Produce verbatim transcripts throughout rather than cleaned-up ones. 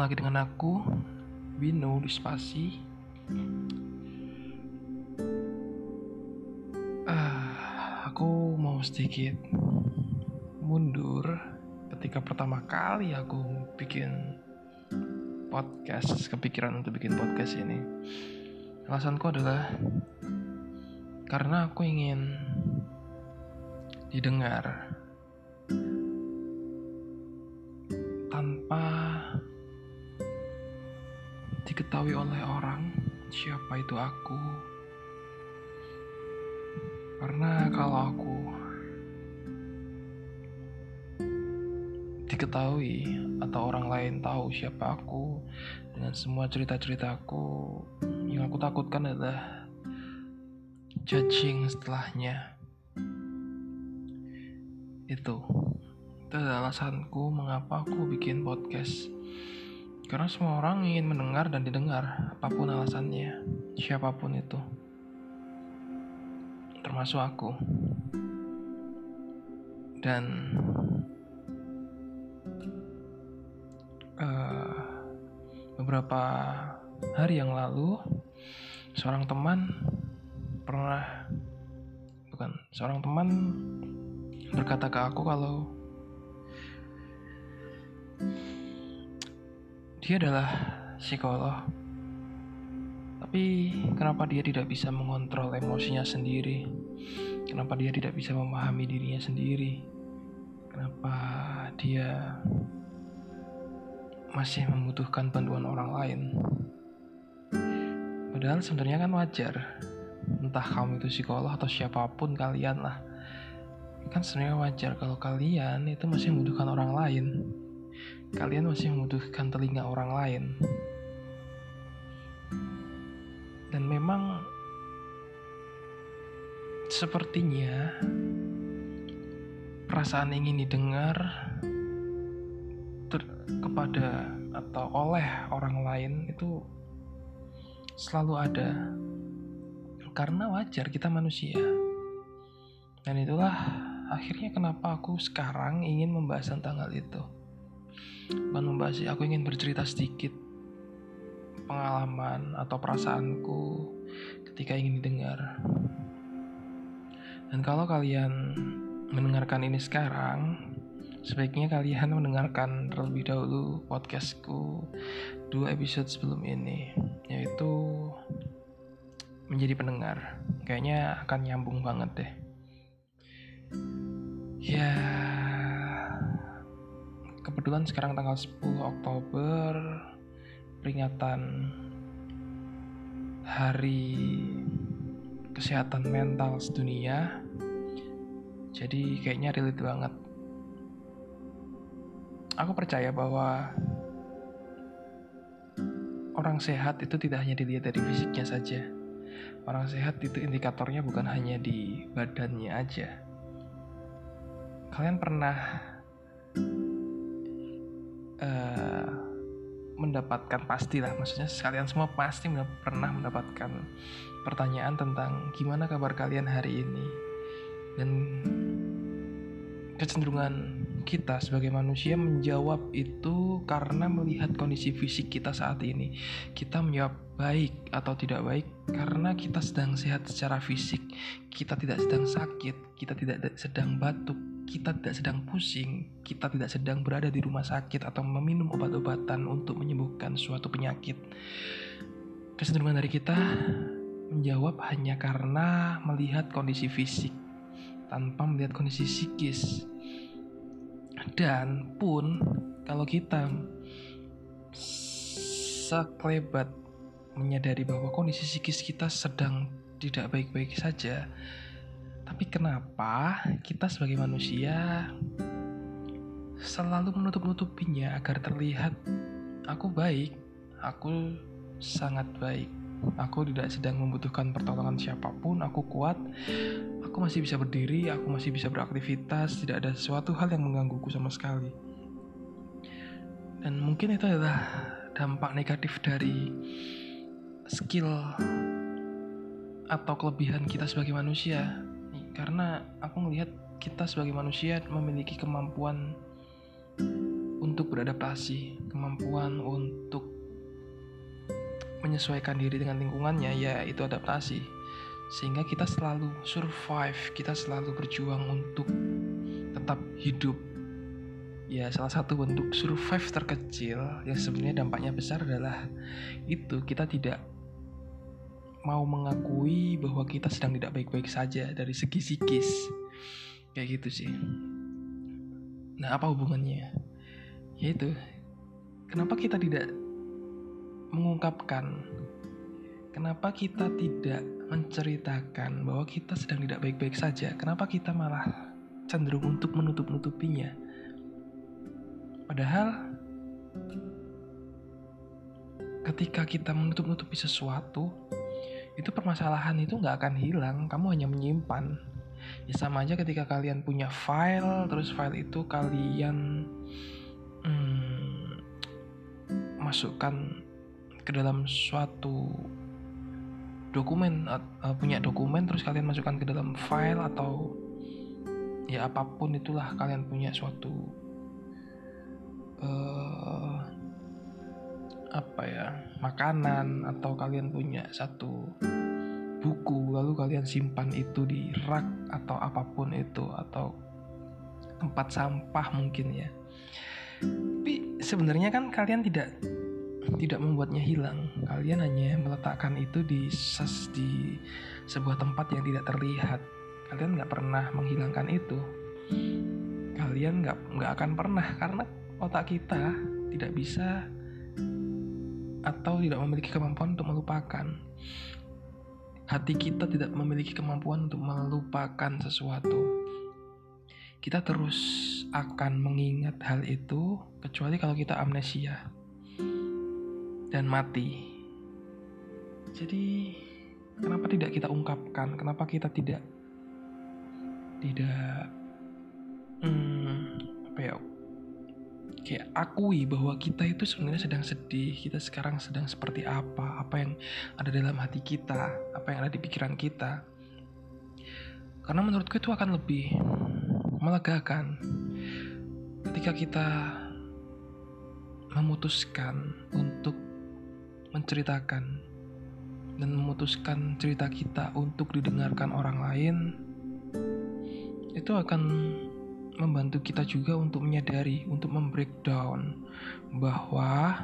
lagi dengan aku, Bino di Spasi. Ah, aku mau sedikit mundur ketika pertama kali aku bikin podcast, kepikiran untuk bikin podcast ini. Alasanku adalah karena aku ingin didengar tanpa diketahui oleh orang siapa itu aku. Karena kalau aku diketahui atau orang lain tahu siapa aku dengan semua cerita-ceritaku, yang aku takutkan adalah judging setelahnya. Itu Itu adalah alasanku mengapa aku bikin podcast. Karena semua orang ingin mendengar dan didengar, apapun alasannya, siapapun itu, termasuk aku. Dan uh, beberapa hari yang lalu, seorang teman pernah, bukan, seorang teman berkata ke aku kalau dia adalah psikolog, tapi kenapa dia tidak bisa mengontrol emosinya sendiri? Kenapa dia tidak bisa memahami dirinya sendiri? Kenapa dia masih membutuhkan bantuan orang lain? Padahal sebenarnya kan wajar. Entah kamu itu psikolog atau siapapun kalian lah, kan sebenarnya wajar kalau kalian itu masih membutuhkan orang lain. Kalian masih membutuhkan telinga orang lain. Dan memang sepertinya perasaan ingin didengar ter- kepada atau oleh orang lain itu selalu ada. Karena wajar, kita manusia. Dan itulah akhirnya kenapa aku sekarang ingin membahas tentang hal itu. Bukan membahas sih, aku ingin bercerita sedikit pengalaman atau perasaanku ketika ingin didengar. Dan kalau kalian mendengarkan ini sekarang, sebaiknya kalian mendengarkan terlebih dahulu podcastku dua episode sebelum ini, yaitu menjadi pendengar. Kayaknya akan nyambung banget deh. Ya, kebetulan sekarang tanggal sepuluh Oktober, peringatan Hari Kesehatan Mental Sedunia. Jadi kayaknya relate banget. Aku percaya bahwa orang sehat itu tidak hanya dilihat dari fisiknya saja. Orang sehat itu indikatornya bukan hanya di badannya aja. Kalian pernah uh, mendapatkan, pastilah, maksudnya kalian semua pasti pernah mendapatkan pertanyaan tentang gimana kabar kalian hari ini. Dan kecenderungan kita sebagai manusia menjawab itu karena melihat kondisi fisik kita saat ini. Kita menjawab baik atau tidak baik karena kita sedang sehat secara fisik. Kita tidak sedang sakit, kita tidak sedang batuk, kita tidak sedang pusing, kita tidak sedang berada di rumah sakit atau meminum obat-obatan untuk menyembuhkan suatu penyakit. Kecenderungan dari kita menjawab hanya karena melihat kondisi fisik tanpa melihat kondisi psikis. Dan pun kalau kita sekelebat menyadari bahwa kondisi psikis kita sedang tidak baik-baik saja, tapi kenapa kita sebagai manusia selalu menutup-nutupinya agar terlihat aku baik, aku sangat baik, aku tidak sedang membutuhkan pertolongan siapapun, aku kuat, aku masih bisa berdiri, aku masih bisa beraktivitas, tidak ada sesuatu hal yang menggangguku sama sekali. Dan mungkin itu adalah dampak negatif dari skill atau kelebihan kita sebagai manusia. Karena aku melihat kita sebagai manusia memiliki kemampuan untuk beradaptasi, kemampuan untuk menyesuaikan diri dengan lingkungannya, ya itu adaptasi. Sehingga kita selalu survive, kita selalu berjuang untuk tetap hidup. Ya, salah satu bentuk survive terkecil yang sebenarnya dampaknya besar adalah itu, kita tidak mau mengakui bahwa kita sedang tidak baik-baik saja dari segi psikis. Kayak gitu sih. Nah, apa hubungannya? Yaitu, kenapa kita tidak mengungkapkan, kenapa kita tidak menceritakan bahwa kita sedang tidak baik-baik saja? Kenapa kita malah cenderung untuk menutup-nutupinya? Padahal ketika kita menutup-nutupi sesuatu, itu permasalahan itu gak akan hilang, kamu hanya menyimpan. Ya sama aja ketika kalian punya file, terus file itu kalian hmm, masukkan ke dalam suatu dokumen, uh, punya dokumen, terus kalian masukkan ke dalam file atau ya apapun itulah, kalian punya suatu uh, apa ya, makanan, atau kalian punya satu buku, lalu kalian simpan itu di rak atau apapun itu, atau tempat sampah mungkin ya. Tapi sebenarnya kan kalian tidak tidak membuatnya hilang, kalian hanya meletakkan itu di ses, di sebuah tempat yang tidak terlihat. Kalian nggak pernah menghilangkan itu, kalian nggak nggak akan pernah, karena otak kita tidak bisa atau tidak memiliki kemampuan untuk melupakan. Hati kita tidak memiliki kemampuan untuk melupakan sesuatu. Kita terus akan mengingat hal itu, kecuali kalau kita amnesia dan mati. Jadi kenapa tidak kita ungkapkan? Kenapa kita tidak tidak hmm, apa ya, kayak akui bahwa kita itu sebenarnya sedang sedih, kita sekarang sedang seperti apa, apa yang ada dalam hati kita, apa yang ada di pikiran kita. Karena menurutku itu akan lebih melegakan ketika kita memutuskan untuk menceritakan dan memutuskan cerita kita untuk didengarkan orang lain. Itu akan membantu kita juga untuk menyadari, untuk membreakdown bahwa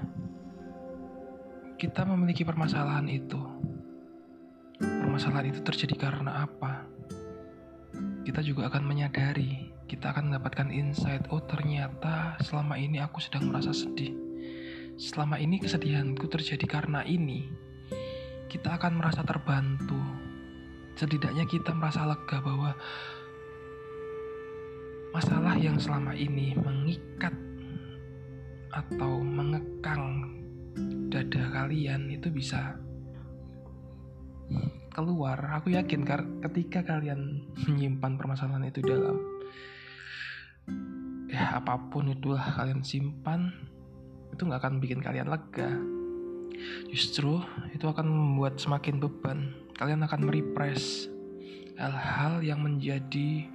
kita memiliki permasalahan itu. Permasalahan itu terjadi karena apa? Kita juga akan menyadari, kita akan mendapatkan insight, oh ternyata selama ini aku sedang merasa sedih. Selama ini kesedihanku terjadi karena ini. Kita akan merasa terbantu. Setidaknya kita merasa lega bahwa masalah yang selama ini mengikat atau mengekang dada kalian itu bisa keluar. Aku yakin ketika kalian menyimpan permasalahan itu dalam ya apapun itulah kalian simpan, itu gak akan bikin kalian lega. Justru itu akan membuat semakin beban. Kalian akan merepress hal-hal yang menjadi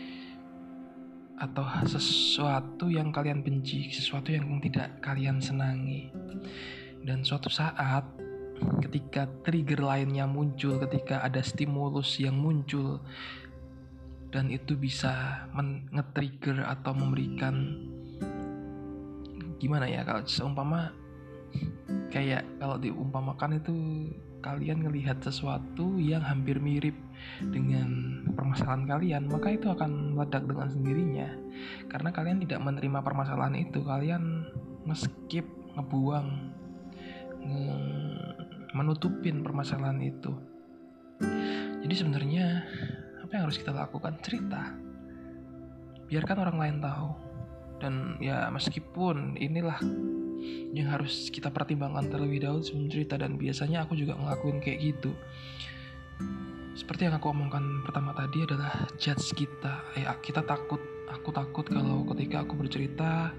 atau sesuatu yang kalian benci, sesuatu yang tidak kalian senangi. Dan suatu saat ketika trigger lainnya muncul, ketika ada stimulus yang muncul dan itu bisa nge-trigger atau memberikan gimana ya, kalau seumpama kayak kalau diumpamakan itu kalian ngelihat sesuatu yang hampir mirip dengan permasalahan kalian, maka itu akan meledak dengan sendirinya. Karena kalian tidak menerima permasalahan itu, kalian nge-skip, ngebuang, nge- menutupin permasalahan itu. Jadi sebenarnya apa yang harus kita lakukan? Cerita. Biarkan orang lain tahu. Dan ya meskipun inilah yang harus kita pertimbangkan terlebih dahulu sebelum cerita, dan biasanya aku juga ngelakuin kayak gitu. Seperti yang aku omongkan pertama tadi adalah judge kita. Eh, kita takut, aku takut kalau ketika aku bercerita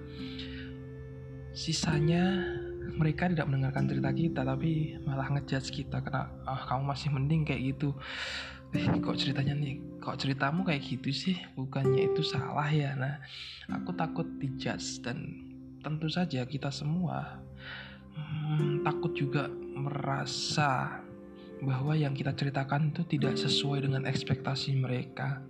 sisanya mereka tidak mendengarkan cerita kita, tapi malah ngejudge kita karena ah kamu masih mending kayak gitu. Eh kok ceritanya nih, kok ceritamu kayak gitu sih, bukannya itu salah ya. Nah, aku takut dijudge dan tentu saja kita semua hmm, takut juga merasa bahwa yang kita ceritakan itu tidak sesuai dengan ekspektasi mereka.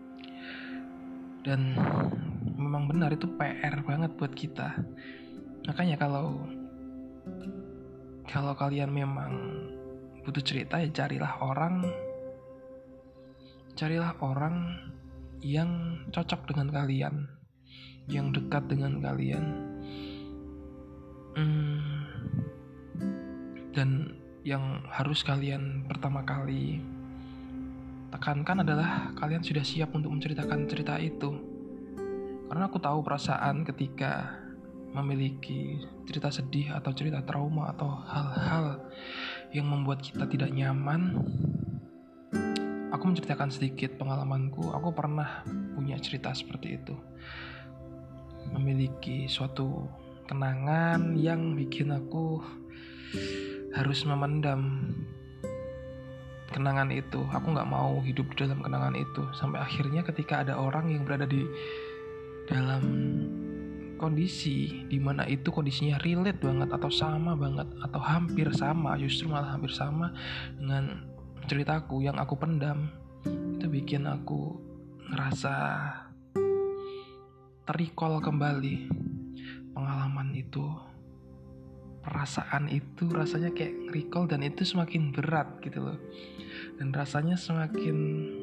Dan memang benar itu P R banget buat kita. Makanya kalau kalau kalian memang butuh cerita, ya carilah orang carilah orang yang cocok dengan kalian, yang dekat dengan kalian, hmm, dan yang harus kalian pertama kali tekankan adalah kalian sudah siap untuk menceritakan cerita itu. Karena aku tahu perasaan ketika memiliki cerita sedih atau cerita trauma atau hal-hal yang membuat kita tidak nyaman. Aku menceritakan sedikit pengalamanku. Aku pernah punya cerita seperti itu, memiliki suatu kenangan yang bikin aku harus memendam kenangan itu. Aku gak mau hidup di dalam kenangan itu. Sampai akhirnya ketika ada orang yang berada di dalam kondisi dimana itu kondisinya relate banget atau sama banget atau hampir sama, justru malah hampir sama dengan ceritaku yang aku pendam, itu bikin aku ngerasa terrecall kembali pengalaman itu, perasaan itu rasanya kayak recall, dan itu semakin berat gitu loh. Dan rasanya semakin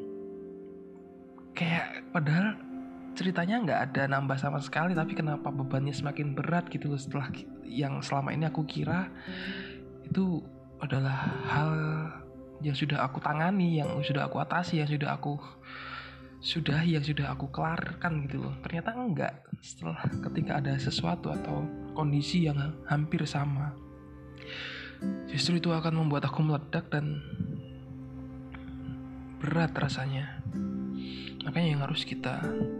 kayak padahal ceritanya nggak ada nambah sama sekali, tapi kenapa bebannya semakin berat gitu loh, setelah yang selama ini aku kira itu adalah hal yang sudah aku tangani, yang sudah aku atasi, yang sudah aku sudah yang sudah aku kelarkan gitu loh. Ternyata enggak. Setelah ketika ada sesuatu atau kondisi yang hampir sama, justru itu akan membuat aku meledak dan berat rasanya. Makanya yang harus kita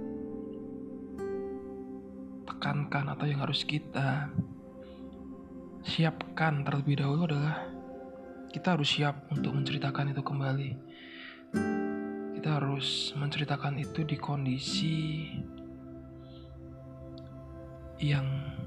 tekankan atau yang harus kita siapkan terlebih dahulu adalah kita harus siap untuk menceritakan itu kembali. Kita harus menceritakan itu di kondisi yang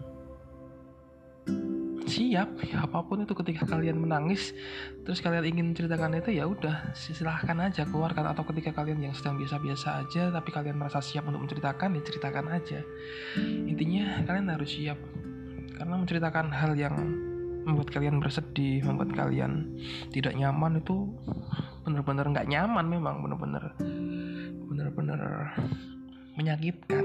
siap. Ya, apapun itu, ketika kalian menangis terus kalian ingin menceritakan itu, ya udah silahkan aja keluarkan. Atau ketika kalian yang sedang biasa-biasa aja tapi kalian merasa siap untuk menceritakan, ya ceritakan aja. Intinya kalian harus siap, karena menceritakan hal yang membuat kalian bersedih, membuat kalian tidak nyaman itu benar-benar nggak nyaman. Memang benar-benar benar-benar menyakitkan.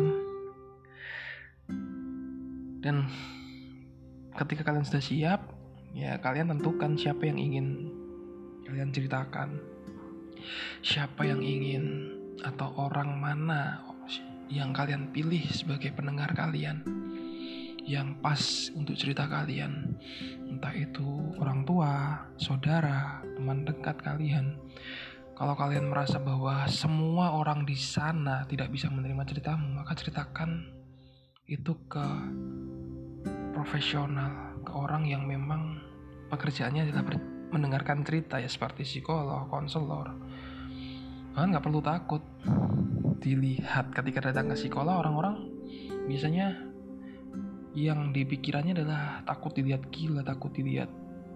Dan ketika kalian sudah siap, ya kalian tentukan siapa yang ingin kalian ceritakan, siapa yang ingin atau orang mana yang kalian pilih sebagai pendengar kalian yang pas untuk cerita kalian. Entah itu orang tua, saudara, teman dekat kalian. Kalau kalian merasa bahwa semua orang di sana tidak bisa menerima ceritamu, maka ceritakan itu ke profesional, ke orang yang memang pekerjaannya adalah ber- mendengarkan cerita, ya seperti psikolog, konselor. Kalian gak perlu takut dilihat. Ketika datang ke psikolog, orang-orang biasanya yang dipikirannya adalah takut dilihat gila, takut dilihat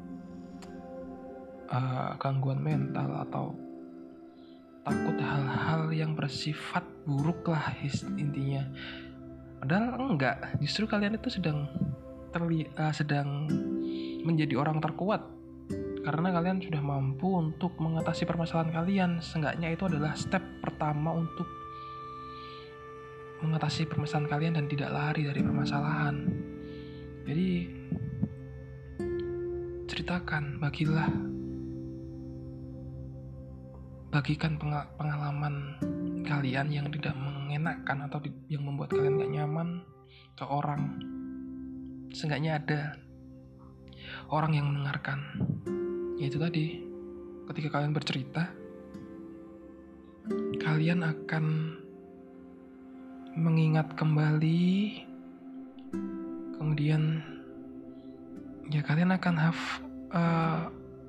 uh, gangguan mental, atau takut hal-hal yang bersifat buruk lah intinya. Padahal enggak, justru kalian itu sedang terli- uh, sedang menjadi orang terkuat karena kalian sudah mampu untuk mengatasi permasalahan kalian. Seenggaknya itu adalah step pertama untuk mengatasi permasalahan kalian dan tidak lari dari permasalahan. Jadi ceritakan, bagilah bagikan pengalaman kalian yang tidak mengenakan atau yang membuat kalian gak nyaman ke orang. Seenggaknya ada orang yang mendengarkan. Yaitu tadi, ketika kalian bercerita, kalian akan mengingat kembali, kemudian ya kalian akan have uh,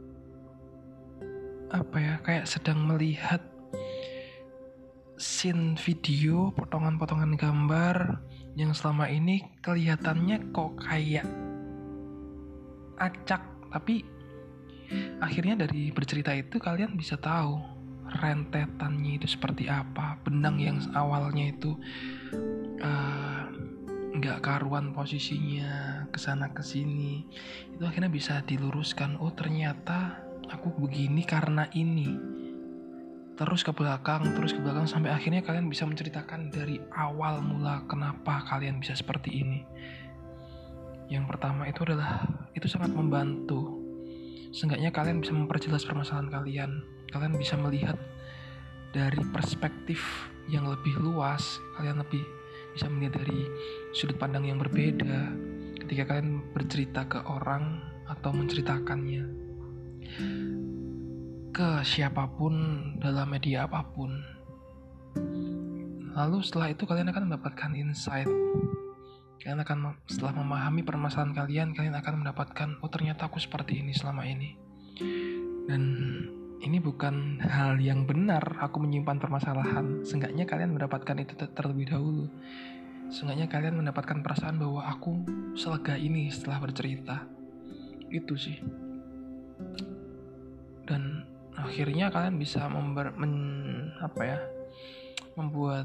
apa ya kayak sedang melihat scene video, potongan-potongan gambar yang selama ini kelihatannya kok kayak acak, tapi akhirnya dari bercerita itu kalian bisa tahu rentetannya itu seperti apa. Benang yang awalnya itu uh, nggak karuan posisinya kesana kesini, itu akhirnya bisa diluruskan. Oh ternyata aku begini karena ini, terus ke belakang terus ke belakang sampai akhirnya kalian bisa menceritakan dari awal mula kenapa kalian bisa seperti ini. Yang pertama itu adalah itu sangat membantu. Seenggaknya kalian bisa memperjelas permasalahan kalian. Kalian bisa melihat dari perspektif yang lebih luas. Kalian lebih bisa melihat dari sudut pandang yang berbeda ketika kalian bercerita ke orang atau menceritakannya ke siapapun dalam media apapun. Lalu setelah itu kalian akan mendapatkan insight. Kalian akan setelah memahami permasalahan kalian, kalian akan mendapatkan, oh ternyata aku seperti ini selama ini. Dan ini bukan hal yang benar aku menyimpan permasalahan. Seenggaknya kalian mendapatkan itu terlebih dahulu. Seenggaknya kalian mendapatkan perasaan bahwa aku selega ini setelah bercerita. Itu sih. Dan akhirnya kalian bisa member, men, apa ya, membuat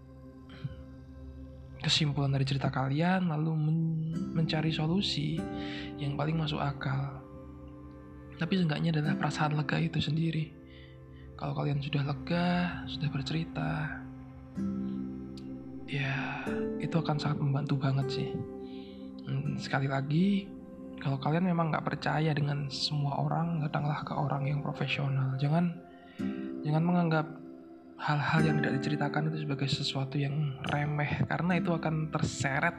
kesimpulan dari cerita kalian, lalu men- mencari solusi yang paling masuk akal. Tapi seenggaknya adalah perasaan lega itu sendiri. Kalau kalian sudah lega, sudah bercerita, ya itu akan sangat membantu banget sih. Sekali lagi, kalau kalian memang gak percaya dengan semua orang, datanglah ke orang yang profesional. Jangan jangan menganggap hal-hal yang tidak diceritakan itu sebagai sesuatu yang remeh, karena itu akan terseret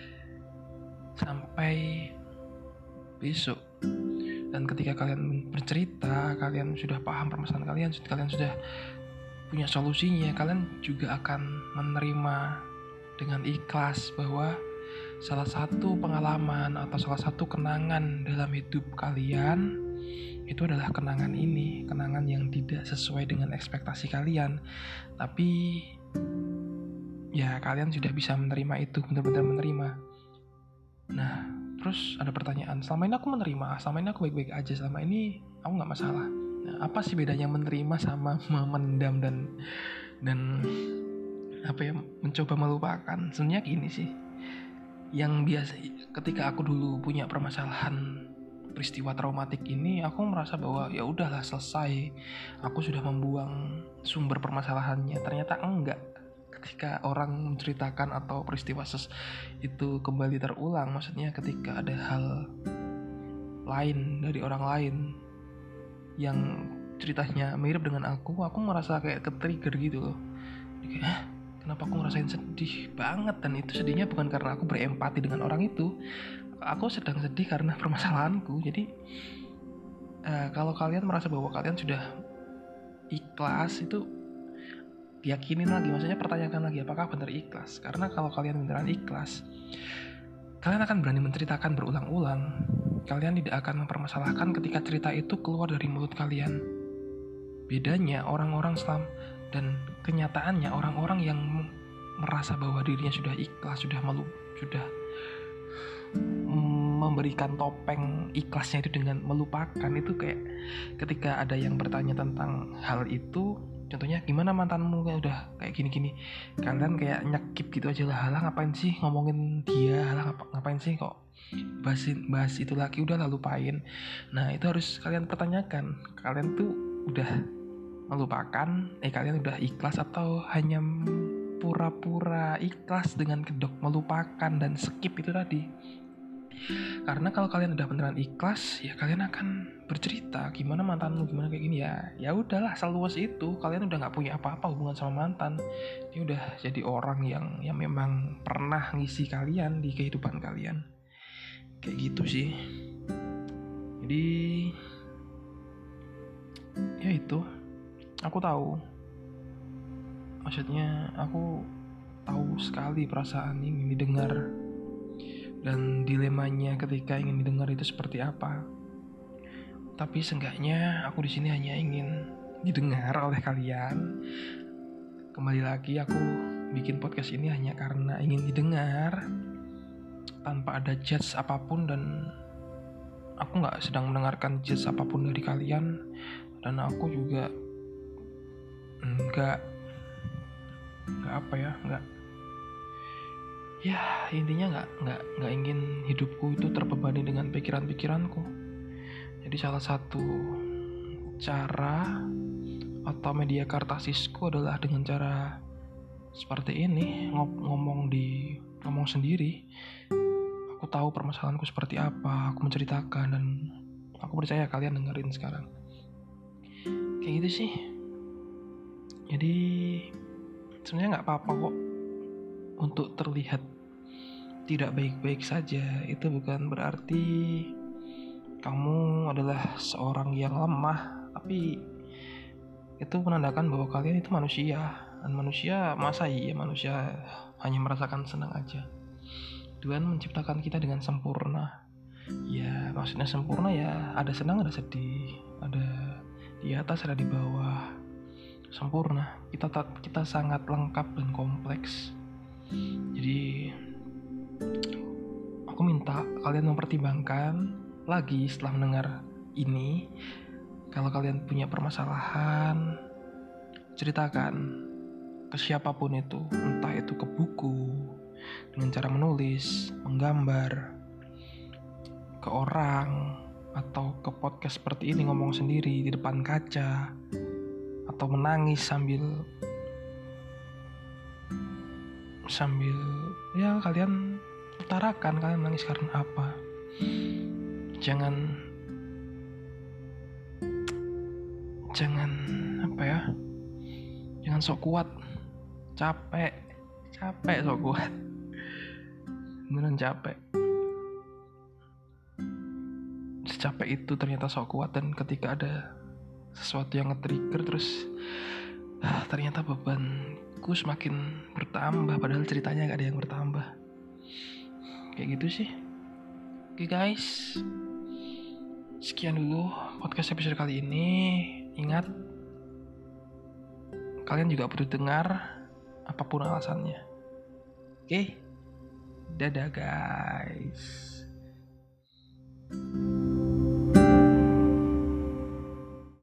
sampai besok. Dan ketika kalian bercerita, kalian sudah paham permasalahan kalian, kalian sudah punya solusinya, kalian juga akan menerima dengan ikhlas bahwa salah satu pengalaman atau salah satu kenangan dalam hidup kalian itu adalah kenangan ini, kenangan yang tidak sesuai dengan ekspektasi kalian. Tapi ya kalian sudah bisa menerima itu, benar-benar menerima. Nah, terus ada pertanyaan, selama ini aku menerima, selama ini aku baik-baik aja, selama ini aku gak masalah. Nah, apa sih bedanya menerima sama memendam dan dan apa ya, mencoba melupakan? Sebenarnya gini sih, yang biasa ketika aku dulu punya permasalahan peristiwa traumatik ini, aku merasa bahwa ya udahlah selesai, aku sudah membuang sumber permasalahannya. Ternyata enggak. Ketika orang menceritakan atau peristiwa ses itu kembali terulang, maksudnya ketika ada hal lain dari orang lain yang ceritanya mirip dengan aku, aku merasa kayak ke-trigger gitu loh. Kayak, ah, kenapa aku ngerasain sedih banget? Dan itu sedihnya bukan karena aku berempati dengan orang itu, aku sedang sedih karena permasalahanku. Jadi uh, kalau kalian merasa bahwa kalian sudah ikhlas, itu diyakinin lagi, maksudnya pertanyakan lagi apakah benar ikhlas. Karena kalau kalian beneran ikhlas, kalian akan berani menceritakan berulang-ulang. Kalian tidak akan mempermasalahkan ketika cerita itu keluar dari mulut kalian. Bedanya orang-orang Islam dan kenyataannya orang-orang yang merasa bahwa dirinya sudah ikhlas, sudah malu, sudah memberikan topeng ikhlasnya itu dengan melupakan. Itu kayak ketika ada yang bertanya tentang hal itu, contohnya gimana mantanmu kayak udah kayak gini-gini, kalian kayak nyekip gitu aja lah, halah ngapain sih ngomongin dia, halah ngap- ngapain sih kok bahasin bahas itu lagi, udah lah lupain. Nah itu harus kalian pertanyakan, kalian tuh udah melupakan, eh kalian udah ikhlas atau hanya pura-pura ikhlas dengan kedok melupakan dan skip itu tadi. Karena kalau kalian udah beneran ikhlas, ya kalian akan bercerita gimana mantanmu, gimana kayak gini, ya ya udahlah seluas itu. Kalian udah nggak punya apa-apa hubungan sama mantan, dia udah jadi orang yang yang memang pernah ngisi kalian di kehidupan kalian, kayak gitu sih. Jadi ya itu, aku tahu, maksudnya aku tahu sekali perasaan ingin didengar dan dilemanya ketika ingin didengar itu seperti apa. Tapi seenggaknya aku di sini hanya ingin didengar oleh kalian. Kembali lagi, aku bikin podcast ini hanya karena ingin didengar tanpa ada judge apapun, dan aku nggak sedang mendengarkan judge apapun dari kalian, dan aku juga nggak nggak apa ya nggak ya intinya nggak nggak nggak ingin hidupku itu terbebani dengan pikiran-pikiranku. Jadi salah satu cara atau media kartasisku adalah dengan cara seperti ini, ngom- ngomong di ngomong sendiri. Aku tahu permasalahanku seperti apa, aku menceritakan, dan aku percaya kalian dengerin sekarang. Kayak gitu sih. Jadi sebenarnya nggak apa-apa kok untuk terlihat tidak baik-baik saja. Itu bukan berarti kamu adalah seorang yang lemah, tapi itu menandakan bahwa kalian itu manusia. Dan manusia, masa iya manusia hanya merasakan senang aja? Tuhan menciptakan kita dengan sempurna. Ya maksudnya sempurna ya, ada senang ada sedih, ada di atas ada di bawah. Sempurna. Kita kita sangat lengkap dan kompleks. Jadi aku minta kalian mempertimbangkan lagi setelah mendengar ini. Kalau kalian punya permasalahan, ceritakan ke siapapun itu, entah itu ke buku dengan cara menulis, menggambar, ke orang, atau ke podcast seperti ini ngomong sendiri di depan kaca, atau menangis sambil sambil ya kalian utarakan kalian menangis karena apa. Jangan jangan apa ya jangan sok kuat, capek capek sok kuat, beneran capek. Secapek itu ternyata sok kuat, dan ketika ada sesuatu yang nge-trigger terus ah, ternyata bebanku semakin bertambah, padahal ceritanya gak ada yang bertambah. Kayak gitu sih. Oke guys, sekian dulu podcast episode kali ini. Ingat, kalian juga perlu dengar apapun alasannya. Oke, dadah guys.